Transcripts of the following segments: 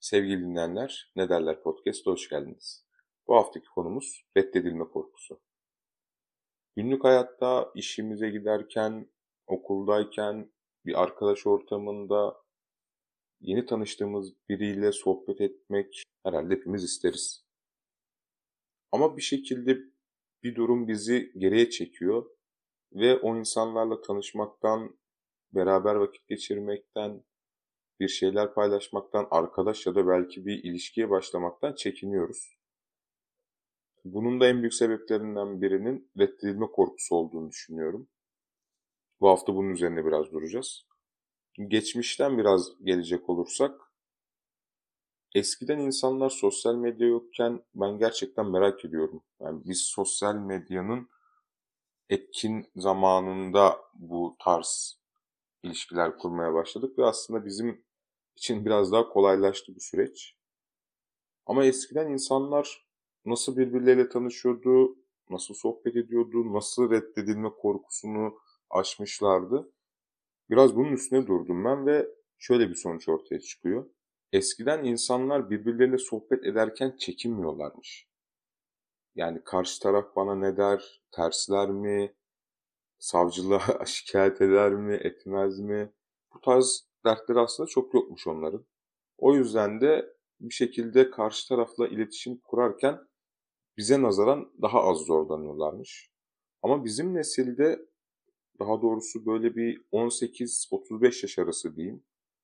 Sevgili dinleyenler, Ne Derler Podcast'a hoş geldiniz. Bu haftaki konumuz reddedilme korkusu. Günlük hayatta işimize giderken, okuldayken, bir arkadaş ortamında yeni tanıştığımız biriyle sohbet etmek herhalde hepimiz isteriz. Ama bir şekilde bir durum bizi geriye çekiyor ve o insanlarla tanışmaktan, beraber vakit geçirmekten, bir şeyler paylaşmaktan, arkadaş ya da belki bir ilişkiye başlamaktan çekiniyoruz. Bunun da en büyük sebeplerinden birinin reddedilme korkusu olduğunu düşünüyorum. Bu hafta bunun üzerine biraz duracağız. Geçmişten biraz gelecek olursak, eskiden insanlar sosyal medya yokken ben gerçekten merak ediyorum. Yani biz sosyal medyanın etkin zamanında bu tarz ilişkiler kurmaya başladık ve aslında bizim için biraz daha kolaylaştı bu süreç. Ama eskiden insanlar nasıl birbirleriyle tanışıyordu, nasıl sohbet ediyordu, nasıl reddedilme korkusunu aşmışlardı. Biraz bunun üstüne durdum ben ve şöyle bir sonuç ortaya çıkıyor. Eskiden insanlar birbirleriyle sohbet ederken çekinmiyorlarmış. Yani karşı taraf bana ne der, tersler mi, savcılığa şikayet eder mi, etmez mi? Bu tarz dertleri aslında çok yokmuş onların. O yüzden de bir şekilde karşı tarafla iletişim kurarken bize nazaran daha az zorlanıyorlarmış. Ama bizim nesilde, daha doğrusu böyle bir 18-35 yaş arası diyeyim,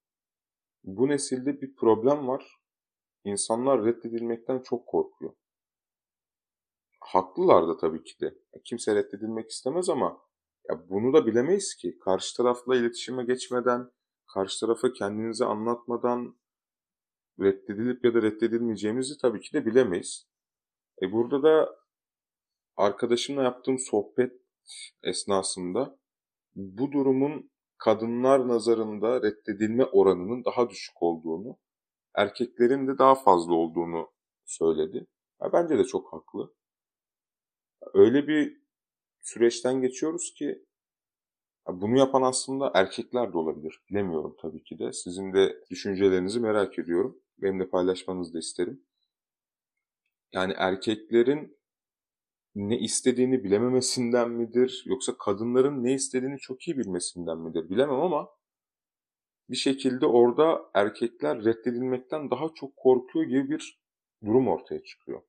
bu nesilde bir problem var. İnsanlar reddedilmekten çok korkuyor. Haklılar da tabii ki de. Kimse reddedilmek istemez ama ya bunu da bilemeyiz ki. Karşı tarafla iletişime geçmeden, karşı tarafa kendinizi anlatmadan reddedilip ya da reddedilmeyeceğimizi tabii ki de bilemeyiz. Burada da arkadaşımla yaptığım sohbet esnasında bu durumun kadınlar nazarında reddedilme oranının daha düşük olduğunu, erkeklerin de daha fazla olduğunu söyledi. Bence de çok haklı. Öyle bir süreçten geçiyoruz ki bunu yapan aslında erkekler de olabilir. Bilemiyorum tabii ki de. Sizin de düşüncelerinizi merak ediyorum. Benimle paylaşmanızı da isterim. Yani erkeklerin ne istediğini bilememesinden midir, yoksa kadınların ne istediğini çok iyi bilmesinden midir bilemem ama bir şekilde orada erkekler reddedilmekten daha çok korkuyor gibi bir durum ortaya çıkıyor.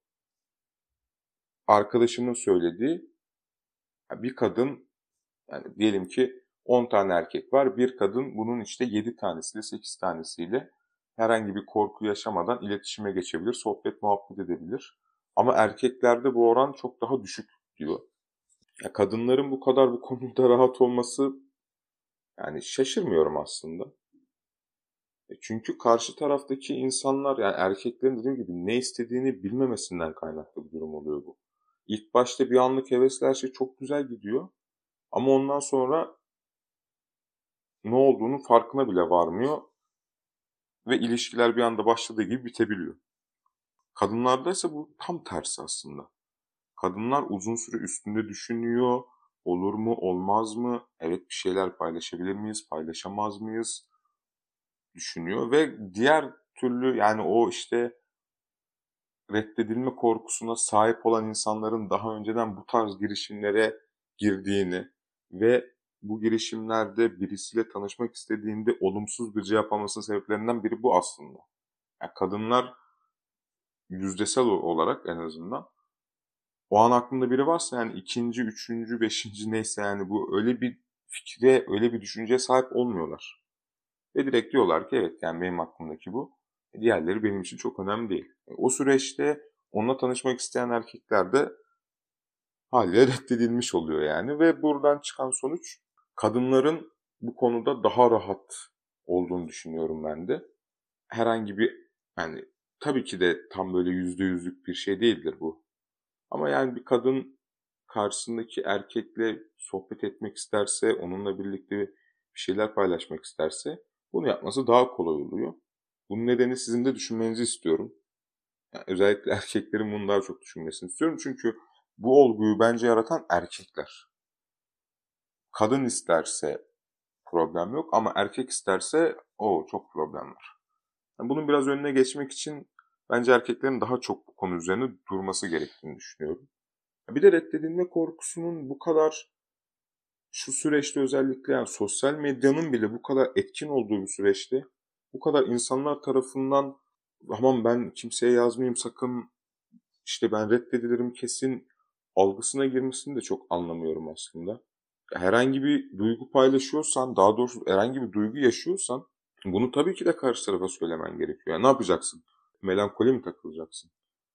Arkadaşımın söylediği, bir kadın, yani diyelim ki 10 tane erkek var, bir kadın bunun işte 7 tanesiyle 8 tanesiyle herhangi bir korku yaşamadan iletişime geçebilir, sohbet muhabbet edebilir. Ama erkeklerde bu oran çok daha düşük diyor. Ya kadınların bu kadar bu konuda rahat olması, yani şaşırmıyorum aslında. Çünkü karşı taraftaki insanlar, yani erkeklerin dediğim gibi ne istediğini bilmemesinden kaynaklı bir durum oluyor bu. İlk başta bir anlık hevesle her şey çok güzel gidiyor. Ama ondan sonra ne olduğunun farkına bile varmıyor ve ilişkiler bir anda başladığı gibi bitebiliyor. Kadınlarda ise bu tam tersi aslında. Kadınlar uzun süre üstünde düşünüyor. Olur mu, olmaz mı? Evet, bir şeyler paylaşabilir miyiz, paylaşamaz mıyız? Düşünüyor ve diğer türlü, yani o işte reddedilme korkusuna sahip olan insanların daha önceden bu tarz girişimlere girdiğini ve bu girişimlerde birisiyle tanışmak istediğinde olumsuz bir cevap almasının sebeplerinden biri bu aslında. Yani kadınlar yüzdesel olarak en azından o an aklında biri varsa, yani ikinci, üçüncü, beşinci neyse, yani bu öyle bir fikre, öyle bir düşünceye sahip olmuyorlar. Ve direkt diyorlar ki evet, yani benim aklımdaki bu. Diğerleri benim için çok önemli değil. O süreçte onunla tanışmak isteyen erkekler de haliyle reddedilmiş oluyor yani. Ve buradan çıkan sonuç, kadınların bu konuda daha rahat olduğunu düşünüyorum ben de. Herhangi bir, yani tabii ki de tam böyle %100'lük bir şey değildir bu. Ama yani bir kadın karşısındaki erkekle sohbet etmek isterse, onunla birlikte bir şeyler paylaşmak isterse bunu yapması daha kolay oluyor. Bunun nedeni sizin de düşünmenizi istiyorum. Yani özellikle erkeklerin bunu daha çok düşünmesini istiyorum. Çünkü bu olguyu bence yaratan erkekler. Kadın isterse problem yok ama erkek isterse o çok problem var. Yani bunun biraz önüne geçmek için bence erkeklerin daha çok bu konu üzerine durması gerektiğini düşünüyorum. Bir de reddedilme korkusunun bu kadar şu süreçte özellikle yani sosyal medyanın bile bu kadar etkin olduğu bir süreçte bu kadar insanlar tarafından aman ben kimseye yazmayayım sakın işte ben reddedilirim kesin algısına girmesini de çok anlamıyorum aslında. Herhangi bir duygu paylaşıyorsan, daha doğrusu herhangi bir duygu yaşıyorsan bunu tabii ki de karşı tarafa söylemen gerekiyor. Yani ne yapacaksın? Melankoli mi takılacaksın?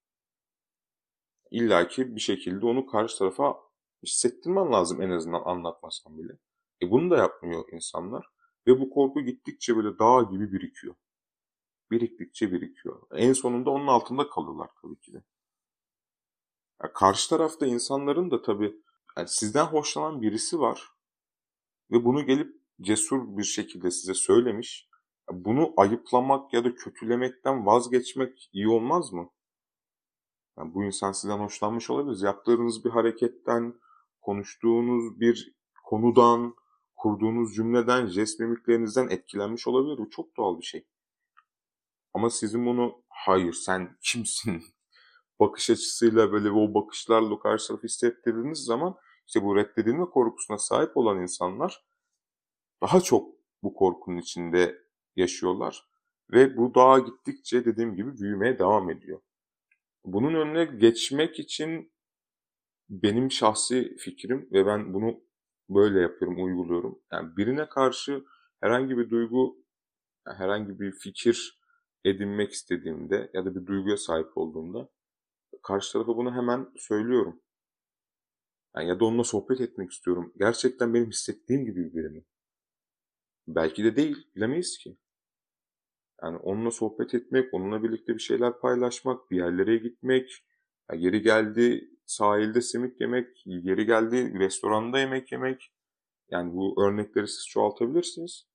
İlla ki bir şekilde onu karşı tarafa hissettirmen lazım en azından anlatmasan bile. Bunu da yapmıyor insanlar. Ve bu korku gittikçe böyle dağ gibi birikiyor. Biriktikçe birikiyor. En sonunda onun altında kalıyorlar tabii ki de. Ya karşı tarafta insanların da tabii yani sizden hoşlanan birisi var ve bunu gelip cesur bir şekilde size söylemiş. Bunu ayıplamak ya da kötülemekten vazgeçmek iyi olmaz mı? Yani bu insan sizden hoşlanmış olabilir. Yaptığınız bir hareketten, konuştuğunuz bir konudan, kurduğunuz cümleden, jest mimiklerinizden etkilenmiş olabilir. Bu çok doğal bir şey. Ama sizin bunu hayır sen kimsin bakış açısıyla böyle o bakışlarla o karşı tarafı hissettirdiğiniz zaman işte bu reddedilme korkusuna sahip olan insanlar daha çok bu korkunun içinde yaşıyorlar. Ve bu dağa gittikçe dediğim gibi büyümeye devam ediyor. Bunun önüne geçmek için benim şahsi fikrim ve ben bunu böyle yapıyorum, uyguluyorum. Yani birine karşı herhangi bir duygu, herhangi bir fikir edinmek istediğimde ya da bir duyguya sahip olduğumda karşı tarafa bunu hemen söylüyorum. Yani ya da onunla sohbet etmek istiyorum. Gerçekten benim hissettiğim gibi biri mi? Belki de değil, bilemeyiz ki. Yani onunla sohbet etmek, onunla birlikte bir şeyler paylaşmak, bir yerlere gitmek, ya yeri geldi sahilde simit yemek, yeri geldi restoranda yemek yemek. Yani bu örnekleri siz çoğaltabilirsiniz.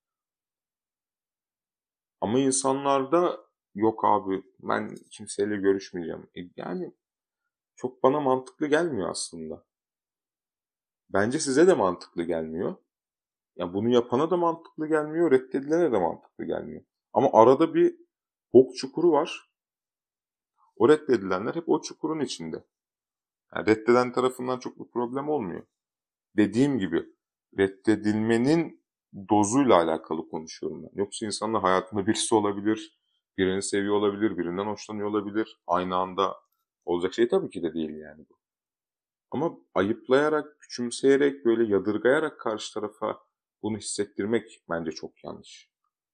Ama insanlarda yok abi ben kimseyle görüşmeyeceğim. Yani çok bana mantıklı gelmiyor aslında. Bence size de mantıklı gelmiyor. Yani bunu yapana da mantıklı gelmiyor, reddedilene de mantıklı gelmiyor. Ama arada bir bok çukuru var. O reddedilenler hep o çukurun içinde. Yani reddeden tarafından çok bir problem olmuyor. Dediğim gibi reddedilmenin dozuyla alakalı konuşuyorum ben. Yoksa insanın hayatında birisi olabilir, birini seviyor olabilir, birinden hoşlanıyor olabilir. Aynı anda olacak şey tabii ki de değil yani bu. Ama ayıplayarak, küçümseyerek, böyle yadırgayarak karşı tarafa bunu hissettirmek bence çok yanlış.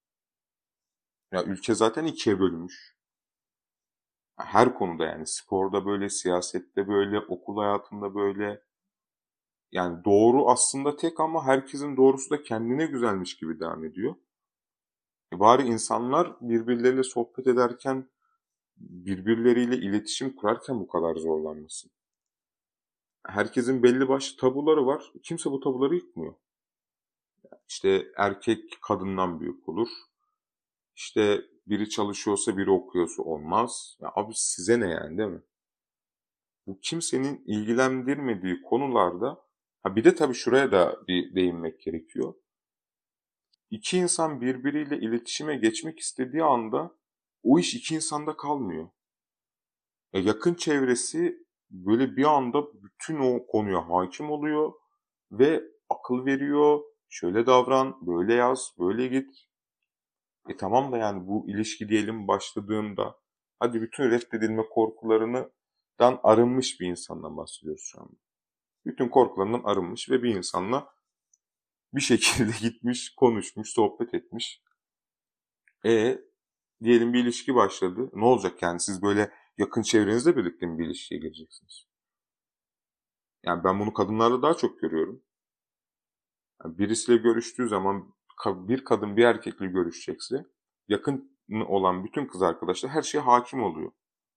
Ya ülke zaten ikiye bölünmüş. Her konuda yani sporda böyle, siyasette böyle, okul hayatında böyle. Yani doğru aslında tek ama herkesin doğrusu da kendine güzelmiş gibi devam ediyor. Bari insanlar birbirleriyle sohbet ederken, birbirleriyle iletişim kurarken bu kadar zorlanmasın. Herkesin belli başlı tabuları var. Kimse bu tabuları yıkmıyor. İşte erkek kadından büyük olur. İşte biri çalışıyorsa biri okuyorsa olmaz. Ya abi size ne yani değil mi? Bu kimsenin ilgilendirmediği konularda ha bir de tabii şuraya da bir değinmek gerekiyor. İki insan birbiriyle iletişime geçmek istediği anda o iş iki insanda kalmıyor. Yakın çevresi böyle bir anda bütün o konuya hakim oluyor ve akıl veriyor. Şöyle davran, böyle yaz, böyle git. Tamam da yani bu ilişki diyelim başladığında hadi bütün reddedilme korkularından arınmış bir insandan bahsediyoruz şu anda. Bütün korkularından arınmış ve bir insanla bir şekilde gitmiş, konuşmuş, sohbet etmiş. E diyelim bir ilişki başladı. Ne olacak yani siz böyle yakın çevrenizle birlikte mi bir ilişkiye gireceksiniz? Yani ben bunu kadınlarda daha çok görüyorum. Yani birisiyle görüştüğü zaman bir kadın bir erkekle görüşecekse yakın olan bütün kız arkadaşlar her şeye hakim oluyor.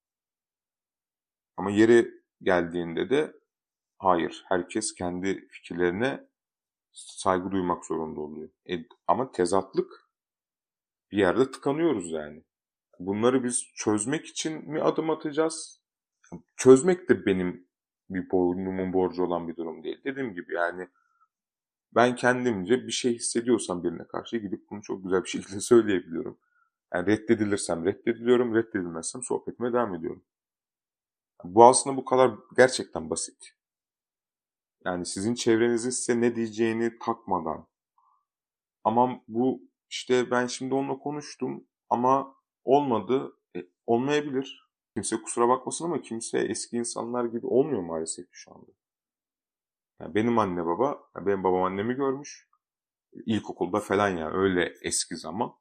Ama yeri geldiğinde de hayır. Herkes kendi fikirlerine saygı duymak zorunda oluyor. Ama tezatlık bir yerde tıkanıyoruz yani. Bunları biz çözmek için mi adım atacağız? Çözmek de benim bir boynumun borcu olan bir durum değil. Dediğim gibi yani ben kendimce bir şey hissediyorsam birine karşı gidip bunu çok güzel bir şekilde söyleyebiliyorum. Yani reddedilirsem reddediliyorum, reddedilmezsem sohbetime devam ediyorum. Bu aslında bu kadar gerçekten basit. Yani sizin çevrenizin size ne diyeceğini takmadan. Ama bu işte ben şimdi onunla konuştum ama olmadı. Olmayabilir. Kimse kusura bakmasın ama kimse eski insanlar gibi olmuyor maalesef şu anda. Yani benim anne baba, yani benim babam annemi görmüş. İlkokulda falan yani öyle eski zaman.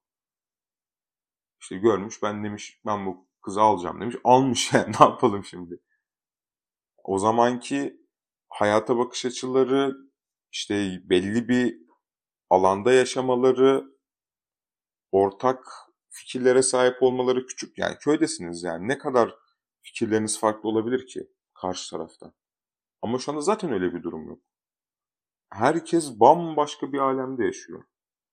İşte görmüş ben demiş ben bu kızı alacağım demiş. Almış yani ne yapalım şimdi. O zamanki hayata bakış açıları işte belli bir alanda yaşamaları, ortak fikirlere sahip olmaları küçük. Yani köydesiniz yani ne kadar fikirleriniz farklı olabilir ki karşı tarafta. Ama şu anda zaten öyle bir durum yok. Herkes bambaşka bir alemde yaşıyor.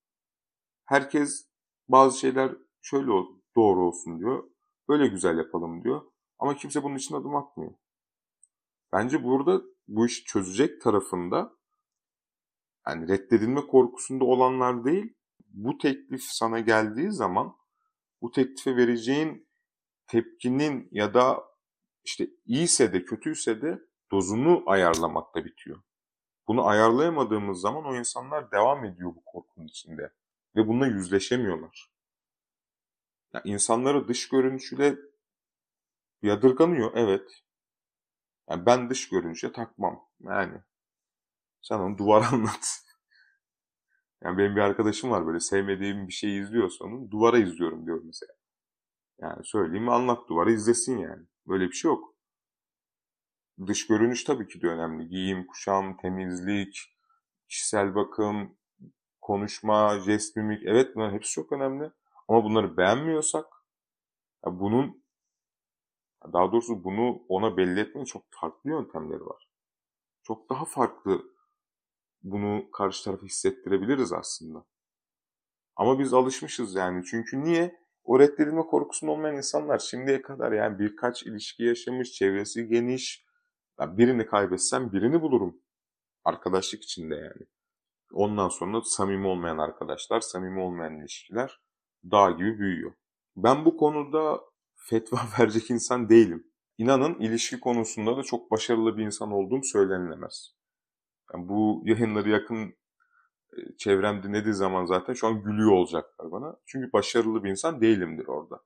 Herkes bazı şeyler şöyle doğru olsun diyor. Böyle güzel yapalım diyor. Ama kimse bunun için adım atmıyor. Bence burada bu işi çözecek tarafında yani reddedilme korkusunda olanlar değil, bu teklif sana geldiği zaman bu teklife vereceğin tepkinin ya da işte iyiyse de kötüyse de dozunu ayarlamakta bitiyor. Bunu ayarlayamadığımız zaman o insanlar devam ediyor bu korkunun içinde ve bununla yüzleşemiyorlar. Yani insanları dış görünüşüyle yadırganıyor, evet. Yani ben dış görünüşe takmam. Yani sen onu duvara anlat. Yani benim bir arkadaşım var böyle sevmediğim bir şeyi izliyorsa onun duvara izliyorum diyor mesela. Yani söyleyeyim mi anlat duvara izlesin yani. Böyle bir şey yok. Dış görünüş tabii ki de önemli. Giyim, kuşam, temizlik, kişisel bakım, konuşma, jest, mimik. Evet bunların hepsi çok önemli. Ama bunları beğenmiyorsak bunun daha doğrusu bunu ona belli etmenin çok farklı yöntemleri var. Çok daha farklı bunu karşı tarafa hissettirebiliriz aslında. Ama biz alışmışız yani. Çünkü niye? O reddedilme korkusunun olmayan insanlar şimdiye kadar yani birkaç ilişki yaşamış, çevresi geniş. Ya birini kaybetsem birini bulurum. Arkadaşlık içinde yani. Ondan sonra samimi olmayan arkadaşlar, samimi olmayan ilişkiler dağ gibi büyüyor. Ben bu konuda fetva verecek insan değilim. İnanın ilişki konusunda da çok başarılı bir insan olduğum söylenilemez. Yani bu yayınları yakın çevrem dinlediği zaman zaten şu an gülüyor olacaklar bana. Çünkü başarılı bir insan değilimdir orada.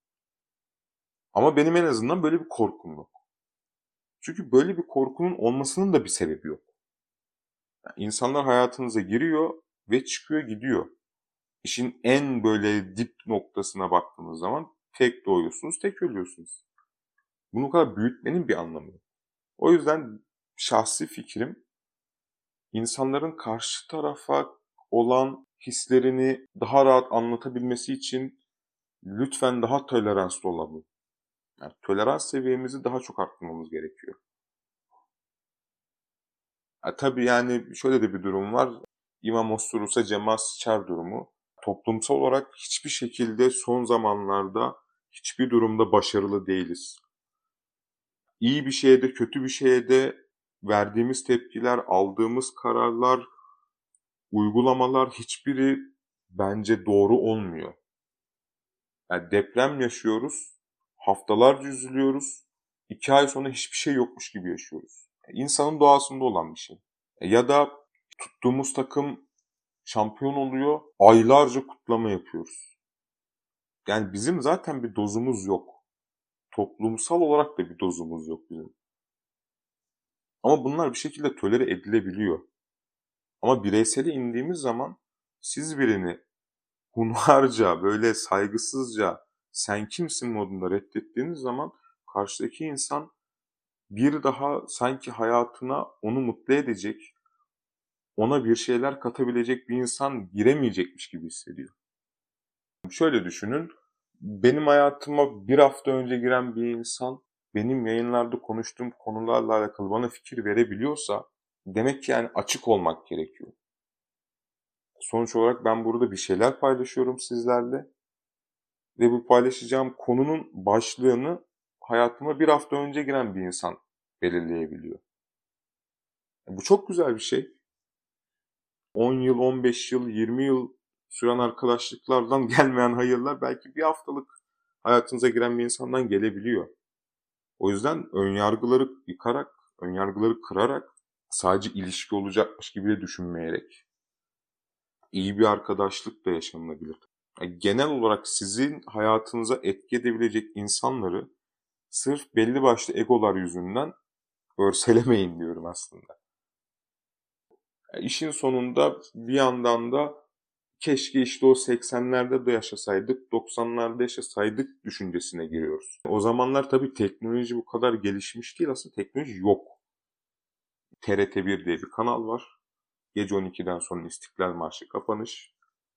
Ama benim en azından böyle bir korkum yok. Çünkü böyle bir korkunun olmasının da bir sebebi yok. Yani insanlar hayatınıza giriyor ve çıkıyor gidiyor. İşin en böyle dip noktasına baktığınız zaman tek doğuyorsunuz, tek ölüyorsunuz. Bunu kadar büyütmenin bir anlamı yok. O yüzden şahsi fikrim insanların karşı tarafa olan hislerini daha rahat anlatabilmesi için lütfen daha toleranslı olalım. Yani tolerans seviyemizi daha çok arttırmamız gerekiyor. Tabii yani şöyle de bir durum var. İmam osurursa cemaat sıçar durumu. Toplumsal olarak hiçbir şekilde son zamanlarda hiçbir durumda başarılı değiliz. İyi bir şeye de kötü bir şeye de verdiğimiz tepkiler, aldığımız kararlar, uygulamalar hiçbiri bence doğru olmuyor. Yani deprem yaşıyoruz, haftalarca üzülüyoruz, 2 ay sonra hiçbir şey yokmuş gibi yaşıyoruz. İnsanın doğasında olan bir şey. Ya da tuttuğumuz takım şampiyon oluyor, aylarca kutlama yapıyoruz. Yani bizim zaten bir dozumuz yok. Toplumsal olarak da bir dozumuz yok bizim. Ama bunlar bir şekilde tolere edilebiliyor. Ama bireysele indiğimiz zaman siz birini hunharca, böyle saygısızca sen kimsin modunda reddettiğiniz zaman karşıdaki insan bir daha sanki hayatına onu mutlu edecek, ona bir şeyler katabilecek bir insan giremeyecekmiş gibi hissediyor. Şöyle düşünün, benim hayatıma bir hafta önce giren bir insan benim yayınlarda konuştuğum konularla alakalı bana fikir verebiliyorsa demek ki yani açık olmak gerekiyor. Sonuç olarak ben burada bir şeyler paylaşıyorum sizlerle ve bu paylaşacağım konunun başlığını hayatıma bir hafta önce giren bir insan belirleyebiliyor. Bu çok güzel bir şey. 10 yıl, 15 yıl, 20 yıl süren arkadaşlıklardan gelmeyen hayırlar belki bir haftalık hayatınıza giren bir insandan gelebiliyor. O yüzden önyargıları yıkarak, önyargıları kırarak, sadece ilişki olacakmış gibi de düşünmeyerek iyi bir arkadaşlık da yaşanılabilir. Yani genel olarak sizin hayatınıza etki edebilecek insanları sırf belli başlı egolar yüzünden örselemeyin diyorum aslında. Yani işin sonunda bir yandan da keşke işte o 80'lerde de yaşasaydık, 90'larda yaşasaydık düşüncesine giriyoruz. O zamanlar tabii teknoloji bu kadar gelişmiş değil, aslında teknoloji yok. TRT1 diye bir kanal var. Gece 12'den sonra İstiklal Marşı kapanış.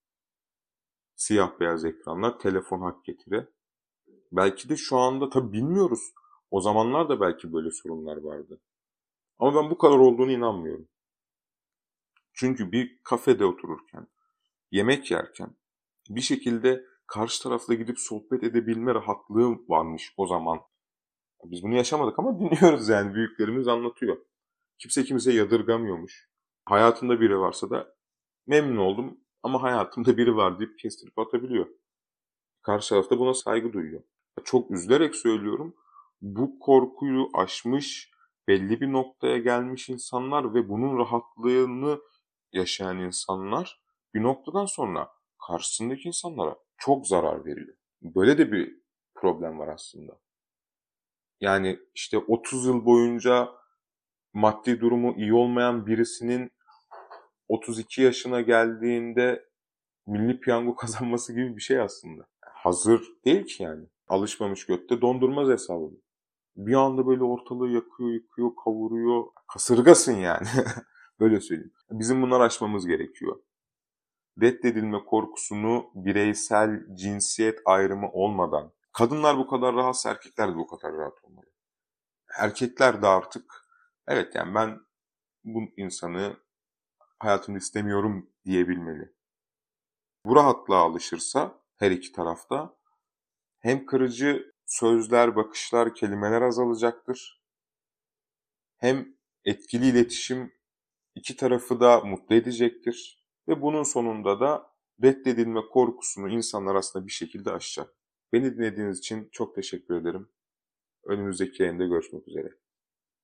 Siyah beyaz ekranlar, telefon hak getiri. Belki de şu anda tabii bilmiyoruz. O zamanlar da belki böyle sorunlar vardı. Ama ben bu kadar olduğunu inanmıyorum. Çünkü bir kafede otururken, yemek yerken bir şekilde karşı tarafla gidip sohbet edebilme rahatlığı varmış o zaman. Biz bunu yaşamadık ama dinliyoruz yani büyüklerimiz anlatıyor. Kimse kimseye yadırgamıyormuş. Hayatında biri varsa da memnun oldum ama hayatımda biri var deyip kestirip atabiliyor. Karşı taraf da buna saygı duyuyor. Çok üzülerek söylüyorum. Bu korkuyu aşmış, belli bir noktaya gelmiş insanlar ve bunun rahatlığını yaşayan insanlar bir noktadan sonra karşısındaki insanlara çok zarar veriyor. Böyle de bir problem var aslında. Yani işte 30 yıl boyunca maddi durumu iyi olmayan birisinin 32 yaşına geldiğinde milli piyango kazanması gibi bir şey aslında. Hazır değil ki yani. Alışmamış götte dondurmaz hesabı. Bir anda böyle ortalığı yakıyor, yıkıyor, kavuruyor. Kasırgasın yani. Böyle söyleyeyim. Bizim bunları aşmamız gerekiyor. Reddedilme korkusunu bireysel cinsiyet ayrımı olmadan, kadınlar bu kadar rahatsa erkekler de bu kadar rahat olmalı. Erkekler de artık evet yani ben bu insanı hayatımda istemiyorum diyebilmeli. Bu rahatlığa alışırsa her iki tarafta hem kırıcı sözler, bakışlar, kelimeler azalacaktır. Hem etkili iletişim iki tarafı da mutlu edecektir. Ve bunun sonunda da reddedilme korkusunu insanlar aslında bir şekilde aşacak. Beni dinlediğiniz için çok teşekkür ederim. Önümüzdeki yayında görüşmek üzere.